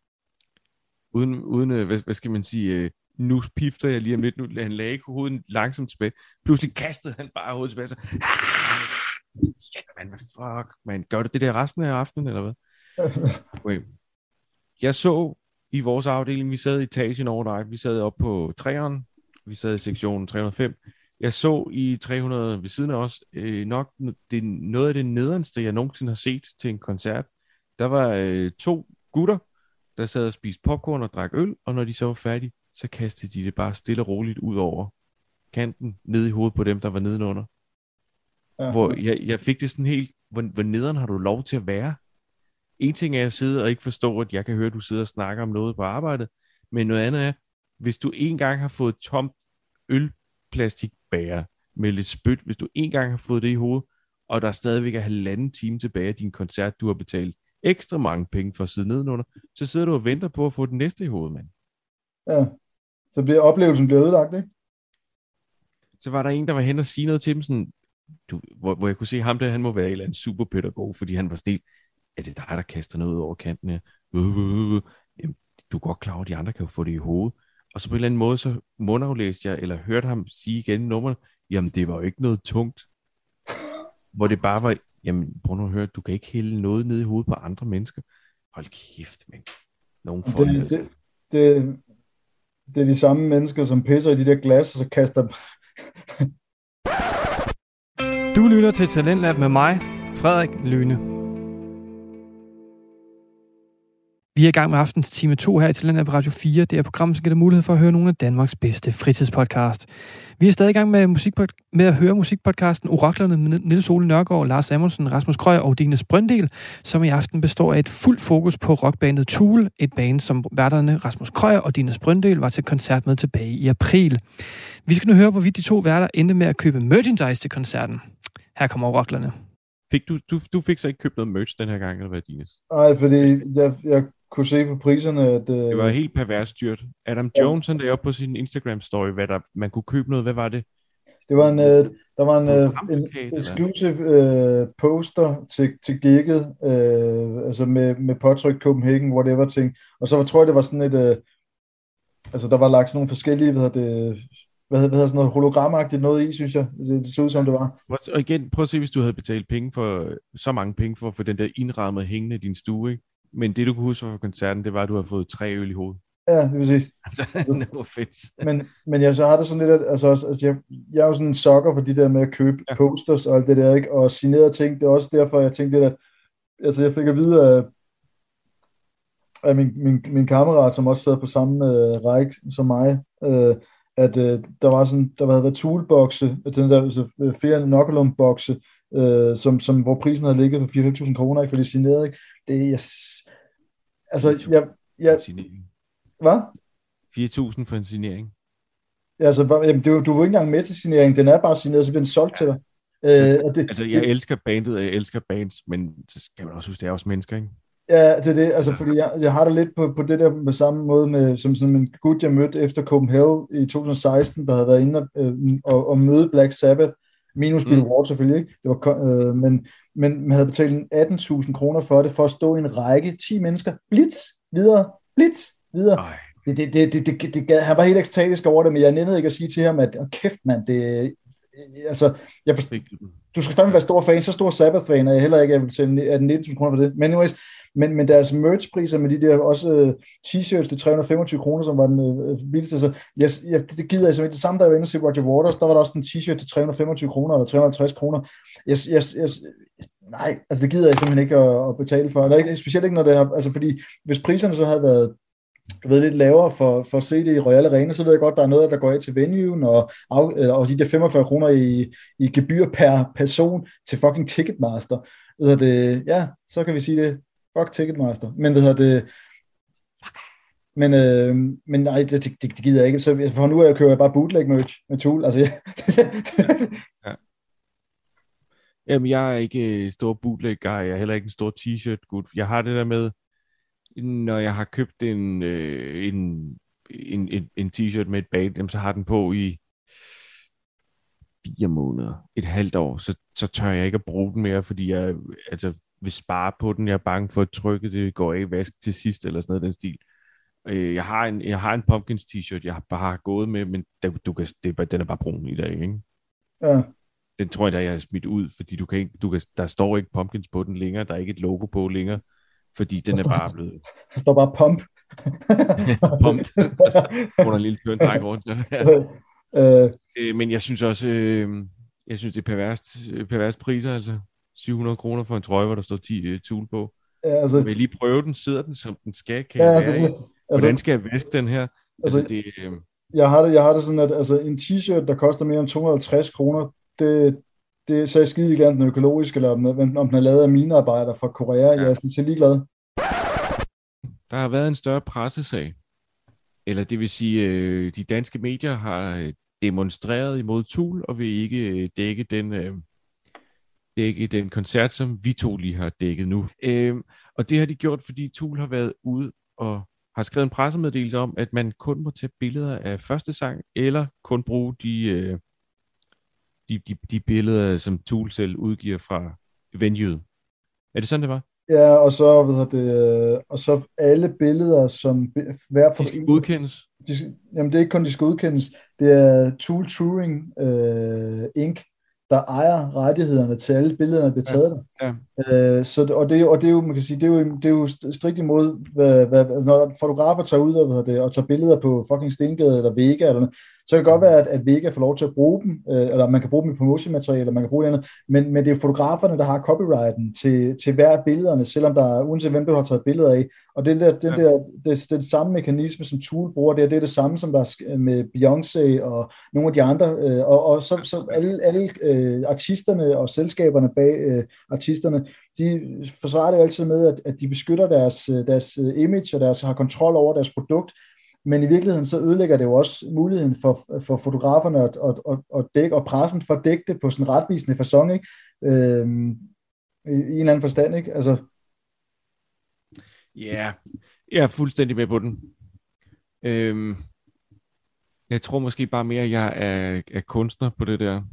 hvad skal man sige, nu pifter jeg lige om lidt, nu han lagde ikke hovedet langsomt tilbage, pludselig kastede han bare hovedet tilbage, så shit, man, hvad fuck, man, gør det der resten af aftenen, eller hvad? Okay. Jeg så i vores afdeling, vi sad i etagen over dig, vi sad oppe på 3'eren, vi sad i sektion 305, jeg så i 300 ved siden af os, nok det noget af det nederste, jeg nogensinde har set til en koncert. Der var 2 gutter, der sad og spiste popcorn og drak øl, og når de så var færdige, så kastede de det bare stille og roligt ud over kanten, ned i hovedet på dem, der var nedenunder. Ja. Hvor jeg fik det sådan helt, hvor nederen har du lov til at være? En ting er at sidde og ikke forstå, at jeg kan høre, at du sidder og snakker om noget på arbejdet, men noget andet er, hvis du en gang har fået tomt ølplastikbæger med lidt spyt, hvis du en gang har fået det i hovedet, og der stadigvæk er 1,5 time tilbage af din koncert, du har betalt ekstra mange penge for at sidde nedenunder, så sidder du og venter på at få den næste i hovedet, mand. Ja, så oplevelsen bliver ødelagt, ikke? Så var der en, der var hen og sige noget til dem, sådan, hvor jeg kunne se ham der, han må være en eller anden superpædagog, fordi han var stil. Er det dig, der kaster noget ud over kanten her? Jamen, du er godt klar over, at de andre kan jo få det i hovedet. Og så på en eller anden måde, så mundaflæste jeg, eller hørte ham sige igen nummeret, jamen det var jo ikke noget tungt. Hvor det bare var, jamen prøv nu at høre, du kan ikke hælde noget ned i hovedet på andre mennesker. Hold kæft, mand. Nogen folk, det er de samme mennesker, som pisser i de der glas, og så kaster dem. Du lytter til Talentlab med mig, Frederik Lyne. Vi er i gang med aftens time 2 her i Talentlab på Radio 4. Det er programmet, som giver dig mulighed for at høre nogle af Danmarks bedste fritidspodcast. Vi er stadig i gang med at høre musikpodcasten Oroklerne med Niels Ole Nørgaard, Lars Amundsen, Rasmus Krøyer og Dines Brøndel, som i aften består af et fuldt fokus på rockbandet Tool, et band, som værterne Rasmus Krøyer og Dines Brøndel var til koncert med tilbage i april. Vi skal nu høre, hvorvidt de 2 værter endte med at købe merchandise til koncerten. Her kommer Oroklerne. Du fik så ikke købt noget merch den her gang, eller hvad, Dines? Nej, fordi jeg kunne se på priserne, at... Det var helt perverst dyrt. Adam Jones, han lagde op på sin Instagram-story, man kunne købe noget. Hvad var det? Det var der var en exclusive poster til gigget, altså med påtryk Copenhagen, whatever ting. Og så tror jeg, det var sådan et... altså, der var lagt sådan nogle forskellige, hvad hedder sådan noget hologramagtigt noget i, synes jeg. Det så ud som det var. Og igen, prøv at se, hvis du havde betalt så mange penge for at få den der indrammet hængende i din stue, ikke? Men det, du kunne huske fra koncerten, det var, at du havde fået 3 øl i hovedet. Ja, det er præcis. Det var fedt. Men jeg så har det sådan lidt, jeg er jo sådan en sokker for de der med at købe posters og alt det der, ikke? Og signerede ting. Det er også derfor, jeg tænkte lidt, at jeg fik at vide af min kammerat, som også sad på samme række som mig, at der havde været toolbokse, den der Fear Inoculum-bokse, hvor prisen havde ligget på 4.000 kroner, ikke, for det signerede, ikke? Det Hvad? 4.000 for en signering. Ja, altså, du var ikke engang med til signering, den er bare signeret, så bliver den solgt til dig. Jeg elsker bandet, og jeg elsker bands, men så skal man også huske, det er også mennesker, ikke? Ja, det er det, altså, fordi jeg har det lidt på det der med samme måde, som sådan en gut, jeg mødte efter Copenhagen i 2016, der havde været inde og møde Black Sabbath, minus Bill Ward selvfølgelig, ikke? Det var, men man havde betalt 18.000 kroner for det, for at stå i en række, 10 mennesker, blitz, videre, blitz, videre. Ej, Han var helt ekstatisk over det, men jeg nænede ikke at sige til ham, at kæft mand, altså, du skal fandme være stor fan, så stor Sabbath-fan, og jeg heller ikke er til 19.000 kroner for det. Men anyways, men deres merch-priser med de der også t-shirts til 325 kroner, som var den billigste, så det gider jeg simpelthen. Det samme, der var inde og se Roger Waters, der var der også en t-shirt til 325 kroner, eller 350 kroner. Nej, altså det gider jeg simpelthen ikke at betale for. Eller ikke, specielt ikke, når det er, altså fordi hvis priserne så havde været lidt lavere for at se det i Royal Arena, så ved jeg godt, der er noget, der går af til venuen, og de der 45 kroner i gebyr per person til fucking Ticketmaster. Ja, så kan vi sige det. Fuck Ticketmaster. Men men nej, det gider jeg ikke. Så for nu kører jeg bare bootleg merch med Tool. Altså, ja. Ja. Jamen, jeg er ikke stor bootleg guy. Jeg er heller ikke en stor t-shirt gut. Jeg har det der med, når jeg har købt en t-shirt med et band, så har den på i 4 måneder, et halvt år, så tør jeg ikke at bruge den mere, fordi jeg vil spare på den. Jeg er bange for, at trykket det går af vask til sidst, eller sådan noget den stil. Jeg har en Pumpkins t-shirt, jeg bare har gået med, men den er bare brun i dag, ikke? Ja. Den tror jeg har smidt ud, fordi der står ikke Pumpkins på den længere, der er ikke et logo på længere, fordi den er bare blevet... Der står bare pump. Pump. Altså, hun er en lille køn dreng rundt. Men jeg synes også, det er perverst priser, altså 700 kroner for en trøje, hvor der står 10 Tool på. Ja, altså, vil jeg lige prøve den? Sidder den, som den skal? Kan jeg være i? Hvordan skal jeg vaske den her? Jeg har det sådan, at altså, en t-shirt, der koster mere end 250 kroner, det så er jeg skide ligeglad, om den er økologisk, eller om den er lavet af minearbejder fra Korea. Ja. Jeg er sådan ligeglad. Der har været en større pressesag. Eller det vil sige, de danske medier har demonstreret imod Tool, og vil ikke dække den koncert, som vi to lige har dækket nu. Og det har de gjort, fordi Tool har været ude og har skrevet en pressemeddelelse om, at man kun må tage billeder af første sang, eller kun bruge de billeder, som Tool selv udgiver fra venuet. Er det sådan, det var? Ja, og så, og så alle billeder, som hver for... De skal godkendes? Jamen, det er ikke kun, de skal godkendes. Det er Tool Touring Inc., der ejer rettighederne til alle billederne, der bliver taget der. Ja. Og det er jo, man kan sige, det er jo strikt imod, når fotografer tager ud og tager billeder på fucking Stengade eller Vega, eller noget, så kan det godt være, at Vega får lov til at bruge dem, eller man kan bruge dem i promotionmateriale, eller man kan bruge det andet, men det er jo fotograferne, der har copyrighten til hver af billederne, selvom der er, uanset hvem du har taget billeder af. Og det er den samme mekanisme, som Tool bruger, det er det samme, som der er med Beyoncé og nogle af de andre, og så alle artisterne og selskaberne bag artisterne, de forsvarer det jo altid med, at de beskytter deres image, og har kontrol over deres produkt, men i virkeligheden så ødelægger det jo også muligheden for fotograferne at dække, og pressen for at dække det på sådan en retvisende facon, ikke? I en eller anden forstand, ikke? Altså... Ja, jeg er fuldstændig med på den. Jeg tror måske bare mere, at jeg er kunstner på det der.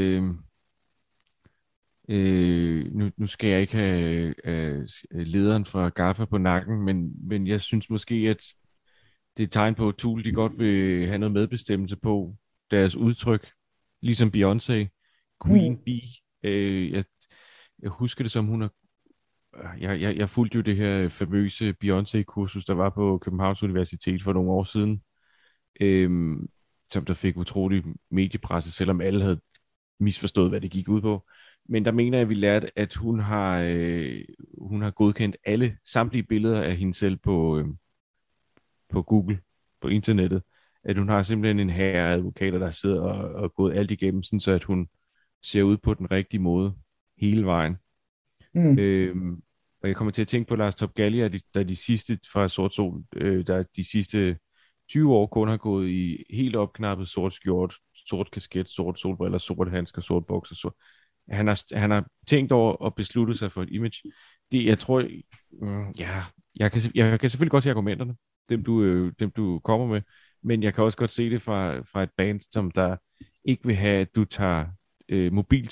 Nu skal jeg ikke have lederen fra GAFFA på nakken, men jeg synes måske, at det er tegn på, at Tool de godt vil have noget medbestemmelse på deres udtryk, ligesom Beyoncé, Queen Bee. Jeg husker det som hun har... Jeg fulgte jo det her famøse Beyoncé-kursus, der var på Københavns Universitet for nogle år siden, som der fik utrolig mediepresse, selvom alle havde misforstået, hvad det gik ud på. Men der mener jeg, at vi lærte, at hun har godkendt samtlige billeder af hende selv på Google, på internettet. At hun har simpelthen en herre advokater, der sidder og gået alt igennem, sådan så at hun ser ud på den rigtige måde hele vejen. Og jeg kommer til at tænke på Lars Top-Gallia, der de sidste fra Sort Sol, der de sidste 20 år kun har gået i helt opknappet sort skjort, sort kasket, sort solbriller, sort handsker, sort bukser. Han har tænkt over og besluttet sig for et image. Det, jeg tror, jeg kan selvfølgelig godt se argumenterne, dem du kommer med, men jeg kan også godt se det fra et band, som der ikke vil have, at du tager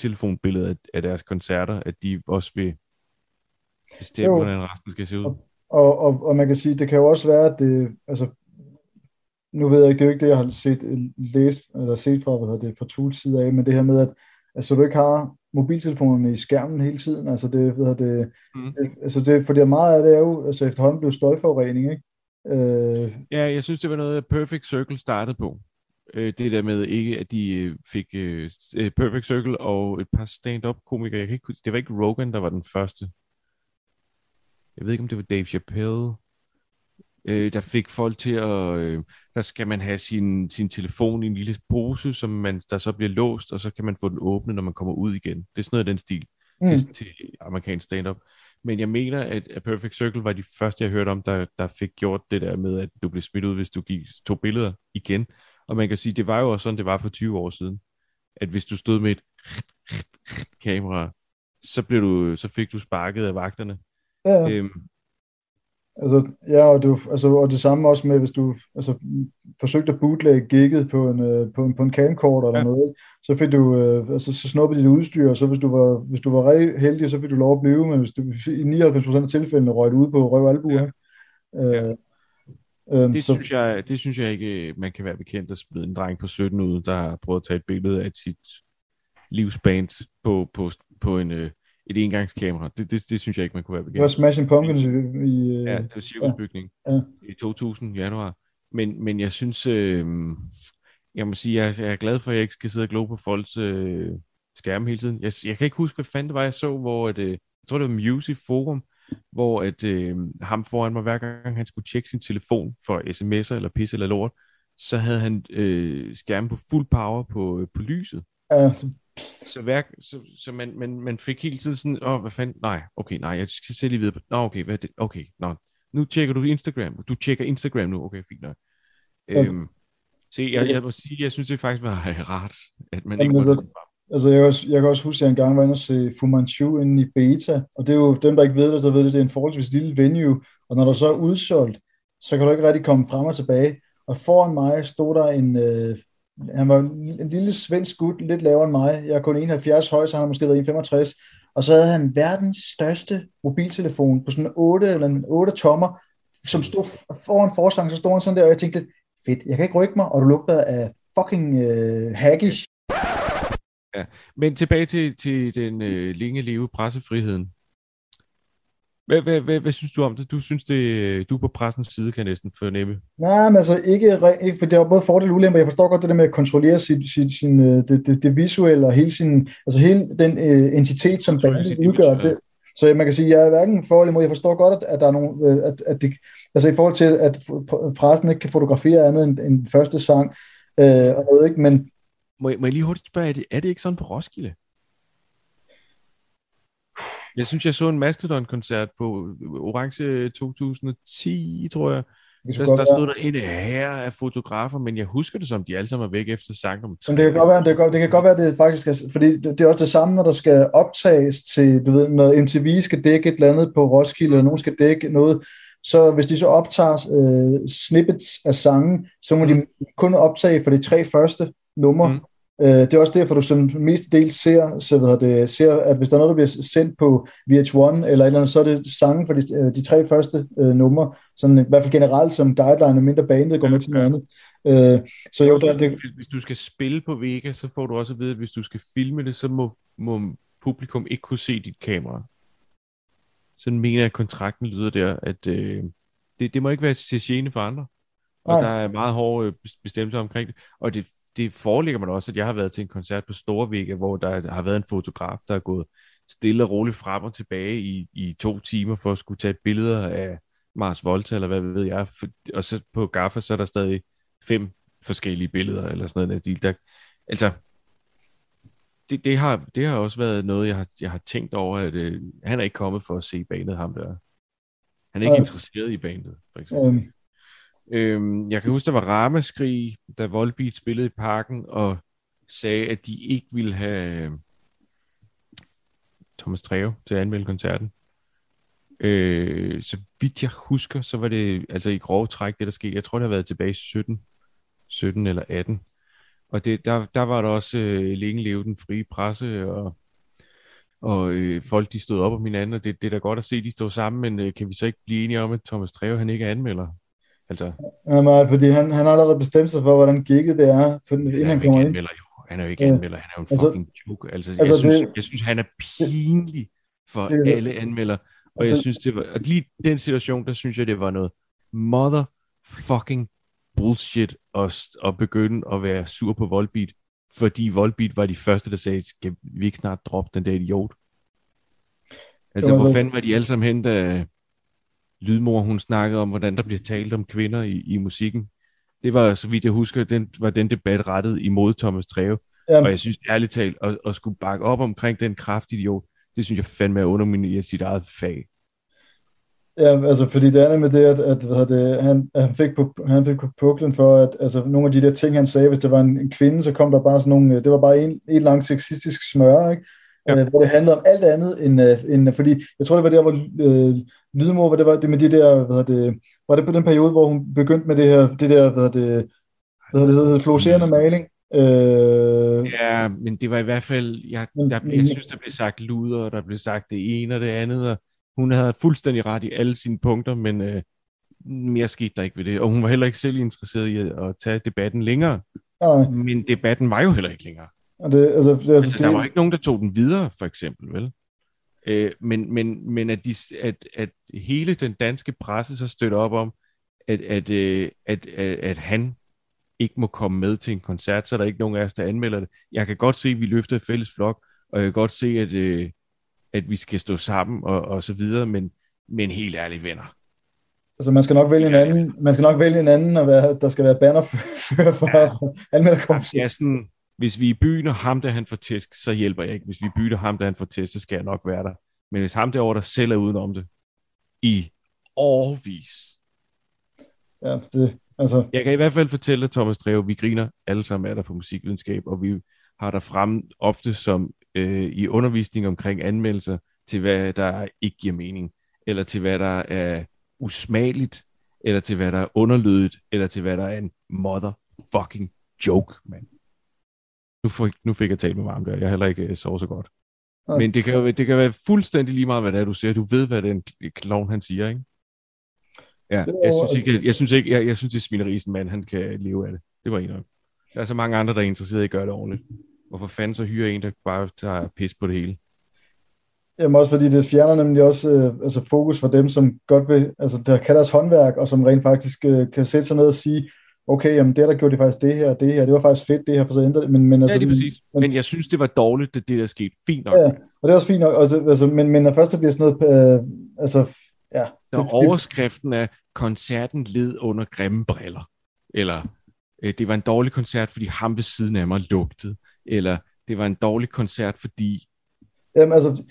mobiltelefonbilleder af deres koncerter, at de også vil bestemme, hvordan resten skal se ud. Og man kan sige, det kan jo også være, at det, altså, nu ved jeg ikke, det er jo ikke det, jeg har læst, eller set fra, fra Tools side af, men det her med, at altså, du ikke har mobiltelefonerne i skærmen hele tiden, altså fordi meget af det er jo altså, efterhånden blevet støjforurening, ikke? Ja, jeg synes, det var noget, Perfect Circle startede på. Det der med ikke, at de fik Perfect Circle og et par stand-up komikere. Jeg kan ikke, det var ikke Rogan, der var den første. Jeg ved ikke, om det var Dave Chappelle, der fik folk til at... der skal man have sin telefon i en lille pose, der så bliver låst, og så kan man få den åbnet, når man kommer ud igen. Det er sådan noget af den stil til amerikansk stand-up. Men jeg mener, at Perfect Circle var de første, jeg hørte om, der fik gjort det der med, at du blev smidt ud, hvis du tog billeder igen. Og man kan sige, det var jo også sådan, det var for 20 år siden. At hvis du stod med et kamera, så fik du sparket af vagterne. Ja. Altså, ja, og det samme også med, hvis du altså, forsøgte at bootlegge gigget på en camcorder eller noget, så fik du, så snuppede dit udstyr, og så hvis du var rigtig heldig, så fik du lov at blive, men hvis du i 99% af tilfældene røg ud på røv og albuer. Det synes jeg ikke, man kan være bekendt at smide en dreng på 17 ud, der har prøvet at tage et billede af sit livsband på et engangskamera. Det synes jeg ikke, man kunne være bekendt. Det var Smashing Pumpkins ja, det var cirkusbygning i 2000 januar. Men jeg synes, jeg må sige, jeg er glad for, at jeg ikke skal sidde og glo på folks skærme hele tiden. Jeg kan ikke huske, hvad fanden det var, jeg så, hvor jeg tror, det var Music Forum, hvor ham foran mig, hver gang han skulle tjekke sin telefon for sms'er eller pisse eller lort, så havde han skærmen på fuld power på lyset. Så man fik hele tiden sådan, hvad fanden, nej, jeg skal se lige videre. Okay, hvad er det? Okay, nu tjekker du Instagram. Du tjekker Instagram nu, okay, fint nok. Så jeg må sige, jeg synes det faktisk var rart, at man ikke måtte... Altså, jeg kan også huske, at jeg engang var inde og se Fu Manchu inde i Beta, og det er jo dem, der ikke ved det, der ved det, det er en forholdsvis lille venue, og når der så er udsolgt, så kan du ikke rigtig komme frem og tilbage. Og foran mig stod der han var en lille svensk gut, lidt lavere end mig. Jeg er kun 71 høj, så han har måske været 65. Og så havde han verdens største mobiltelefon på sådan 8 tommer, som stod foran forsangen, så stod han sådan der, og jeg tænkte, fedt, jeg kan ikke rykke mig, og du lugter af fucking haggish. Ja, men tilbage til den længe leve pressefriheden. Hvad synes du om det? Du synes du er på pressens side, kan jeg næsten fornemme. Nej, men altså ikke, for det er både fordel og ulemper. Jeg forstår godt det der med at kontrollere det visuelle og hele den entitet, som bandet udgør. Det. Så man kan sige, jeg er hverken for eller imod. Jeg forstår godt, at der er nogle, at det, altså i forhold til, at pressen ikke kan fotografere andet end første sang, og noget, ikke? Men må jeg lige hurtigt spørge, er det ikke sådan på Roskilde? Jeg synes, jeg så en Mastodon-koncert på Orange 2010, tror jeg. Der stod der en her af fotografer, men jeg husker det som, de alle sammen er væk efter sangen om 3. Det kan godt være, det faktisk er, fordi det er også det samme, når der skal optages til, du ved, når MTV skal dække et eller andet på Roskilde, eller nogen skal dække noget, så hvis de så optager snippets af sangen, så må de kun optage for de 3 første numre. Det er også derfor, du som mest del ser, at hvis der er noget, der bliver sendt på VH1 eller et eller andet, så er det sangen for de 3 første numre, sådan i hvert fald generelt som guideline, mindre bandet går med til noget andet. Så jo, hvis du skal spille på Vega, så får du også at vide, at hvis du skal filme det, så må publikum ikke kunne se dit kamera. Sådan mener jeg, at kontrakten lyder der, at det må ikke være til gene for andre. Og der er meget hårde bestemmelser omkring det. Og det foreligger mig også, at jeg har været til en koncert på Store Vega, hvor der har været en fotograf, der er gået stille og roligt frem og tilbage i 2 timer for at skulle tage billeder af Mars Volta, eller hvad ved jeg. Og så på Gaffa, så er der stadig 5 forskellige billeder, eller sådan noget. Altså, det har også været noget, jeg har tænkt over, at han er ikke kommet for at se bandet, ham der. Han er ikke interesseret i bandet, for eksempel. Jeg kan huske, der var ramaskrig, da Volbeat spillede i Parken og sagde, at de ikke ville have Thomas Treve til at anmelde koncerten. Så vidt jeg husker, så var det altså i grove træk det, der skete. Jeg tror, det har været tilbage i 17 eller 18. Og der var der også længe leve den frie presse, og folk de stod op om hinanden, og det er da godt at se, de står sammen, men kan vi så ikke blive enige om, at Thomas Treve, han ikke er anmelder? Altså, Jamen, fordi han har allerede bestemt sig for, hvordan gigget det er, inden han kommer ind. Han er jo ikke anmelder, han er jo en fucking joke. Altså, jeg synes, han er pinlig for alle anmeldere. Og jeg synes, det var, og lige den situation, der synes jeg, det var noget motherfucking bullshit at begynde at være sur på Volbeat, fordi Volbeat var de første, der sagde, skal vi ikke snart droppe den der idiot? Altså, hvor fanden var de alle sammen hen, da Lydmor, hun snakkede om, hvordan der bliver talt om kvinder i musikken. Det var, så vidt jeg husker, var den debat rettet imod Thomas Treve. Og jeg synes ærligt talt, at skulle bakke op omkring den kraftidiot, det synes jeg fandme er undermineret sit eget fag. Ja, altså fordi det er med det, at han fik på puklen for, at altså, nogle af de der ting, han sagde, hvis det var en kvinde, så kom der bare sådan nogle, det var bare en lang sexistisk smør, ikke? Ja. Hvor det handlede om alt andet end fordi, jeg tror det var der, hvor Lydmor, hvor det var det med de der, var det på den periode, hvor hun begyndte med det der, fluorescerende maling? Ja, men det var i hvert fald, jeg synes, der blev sagt luder, og der blev sagt det ene og det andet, og hun havde fuldstændig ret i alle sine punkter, men mere skete der ikke ved det, og hun var heller ikke selv interesseret i at tage debatten længere, men debatten var jo heller ikke længere. Og der var ikke nogen, der tog den videre, for eksempel, vel? Men at hele den danske presse så støtter op om, at han ikke må komme med til en koncert, så er der ikke nogen af os, der anmelder det. Jeg kan godt se, at vi løfter et fælles flok, og jeg kan godt se, at vi skal stå sammen og så videre, men helt ærligt, venner. Altså man skal nok vælge en anden, og der skal være bannerfører for anmelderkomsten. Hvis vi er i byen, og ham der han får tæsk, så hjælper jeg ikke. Hvis vi er i byen, og ham der han får tæsk, så skal jeg nok være der. Men hvis ham derovre, der selv er udenom det, i årvis. Ja, altså. Jeg kan i hvert fald fortælle dig, Thomas Treve, vi griner alle sammen af dig på musikvidenskab, og vi har der frem ofte som i undervisning omkring anmeldelser, til hvad der ikke giver mening, eller til hvad der er usmageligt, eller til hvad der er underlydigt, eller til hvad der er en motherfucking joke, mand. Nu fik jeg talt med varmt der. Jeg har heller ikke sovet så godt. Okay. Men det kan være fuldstændig lige meget, hvad det er, du siger. Du ved, hvad den klovn, han siger, ikke? Ja, jeg synes det er svinerisen, mand, han kan leve af det. Det var en af dem. Der er så mange andre, der er interesseret i at gøre det ordentligt. Hvorfor fanden så hyrer en, der bare tager pis på det hele? Jamen også fordi det fjerner nemlig også fokus for dem, som godt vil, altså der kan deres håndværk, og som rent faktisk kan sætte sig ned og sige, okay, jamen det der gjorde de faktisk det her, det var faktisk fedt, det her, for så ændrede det, men altså. Ja, det er præcis. Men jeg synes, det var dårligt, det der skete. Fint nok. Ja, og det er også fint nok, altså, men når først der bliver sådan noget, ja. Overskriften af, koncerten led under grimme briller, eller det var en dårlig koncert, fordi ham ved siden af mig lugtede, eller det var en dårlig koncert, fordi. Jamen altså,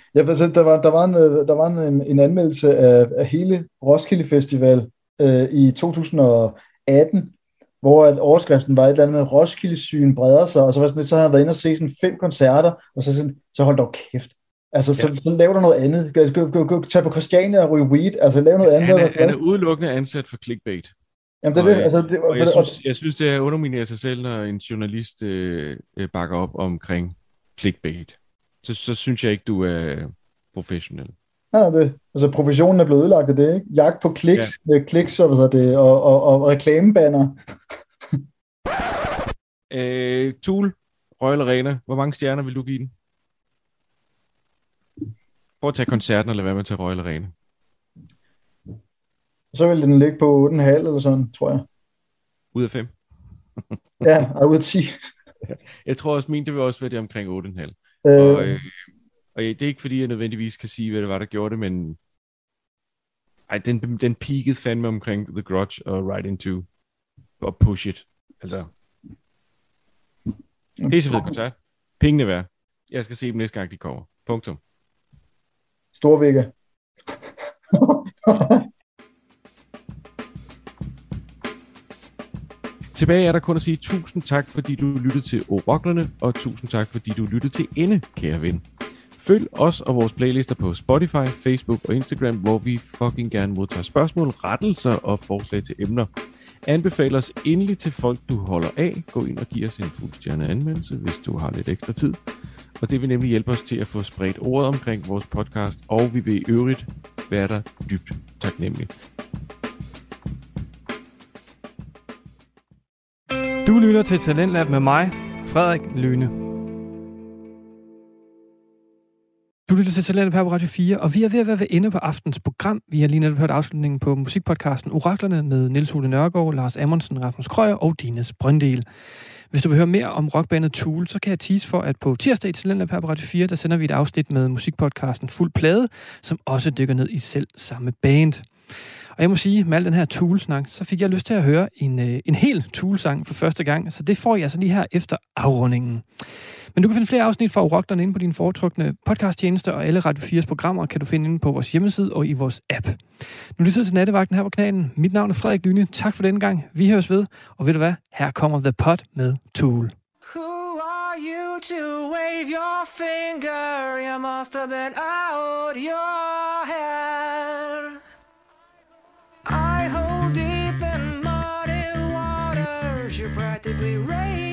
der var en anmeldelse af hele Roskilde Festival i 2018, hvor at overskriften var et eller andet med Roskilde-sygen breder sig, og så var sådan, så havde jeg været inde og se sådan 5 koncerter, og så hold dog kæft. Altså, så lav der noget andet. Gå tage på Christiania og ryge weed, altså lav noget andet. Han er udelukkende ansat for clickbait. Jamen det er det. Altså, jeg synes, det er at underminere sig selv, når en journalist bakker op omkring clickbait. Så synes jeg ikke, du er professionel. Nej, det. Altså professionen er blevet ødelagt af det, ikke? Jagt på kliks og reklamebanner. Tool, Royal Arena. Hvor mange stjerner vil du give den? Prøv at tage koncerten, eller hvad med til Royal Arena? Så vil den ligge på 8,5 eller sådan, tror jeg. Ud af 5? Ja, ud af 10. Jeg tror også, det vil også være det omkring 8,5. Og det er ikke fordi, jeg nødvendigvis kan sige, hvad det var, der gjorde det, men den peakede fandme omkring The Grudge og Right Into og Push It. Altså, pissefed koncert. Pengene værd. Jeg skal se dem næste gang, de kommer. Punktum. Storvægge. Tilbage er der kun at sige tusind tak, fordi du lyttede til Oroklerne, og tusind tak, fordi du lyttede til Ende, kære ven. Følg os og vores playlister på Spotify, Facebook og Instagram, hvor vi fucking gerne modtager spørgsmål, rettelser og forslag til emner. Anbefal os endelig til folk, du holder af. Gå ind og giv os en fuldstjerne anmeldelse, hvis du har lidt ekstra tid. og det vil nemlig hjælpe os til at få spredt ordet omkring vores podcast, og vi vil i øvrigt være der dybt taknemmelige. Du lytter til Talentlab med mig, Frederik Lyne. Du lytter til Talentlab her på Radio 4, og vi er ved at være ved ende på aftens program. Vi har lige netop hørt afslutningen på musikpodcasten Oraklerne med Niels Ole Nørgaard, Lars Amundsen, Rasmus Krøyer og Dines Brøndel. Hvis du vil høre mere om rockbandet Tool, så kan jeg tease for, at på tirsdag i Talentlab her på Radio 4, der sender vi et afsnit med musikpodcasten Fuld Plade, som også dykker ned i selv samme band. Og jeg må sige, med al den her Tool-snak, så fik jeg lyst til at høre en hel Tool-sang for første gang, så det får jeg så lige her efter afrundingen. Men du kan finde flere afsnit fra Oraklerne inde på dine foretrukne podcasttjenester, og alle Radio 4's programmer kan du finde inde på vores hjemmeside og i vores app. Nu lytter til Nattevagten her på kanalen. Mit navn er Frederik Lyne. Tak for denne gang. Vi høres ved, og ved du hvad? Her kommer The Pot med Tool. Who are you to wave your finger? You must have been out your head. I hold deep in muddy waters. You practically raised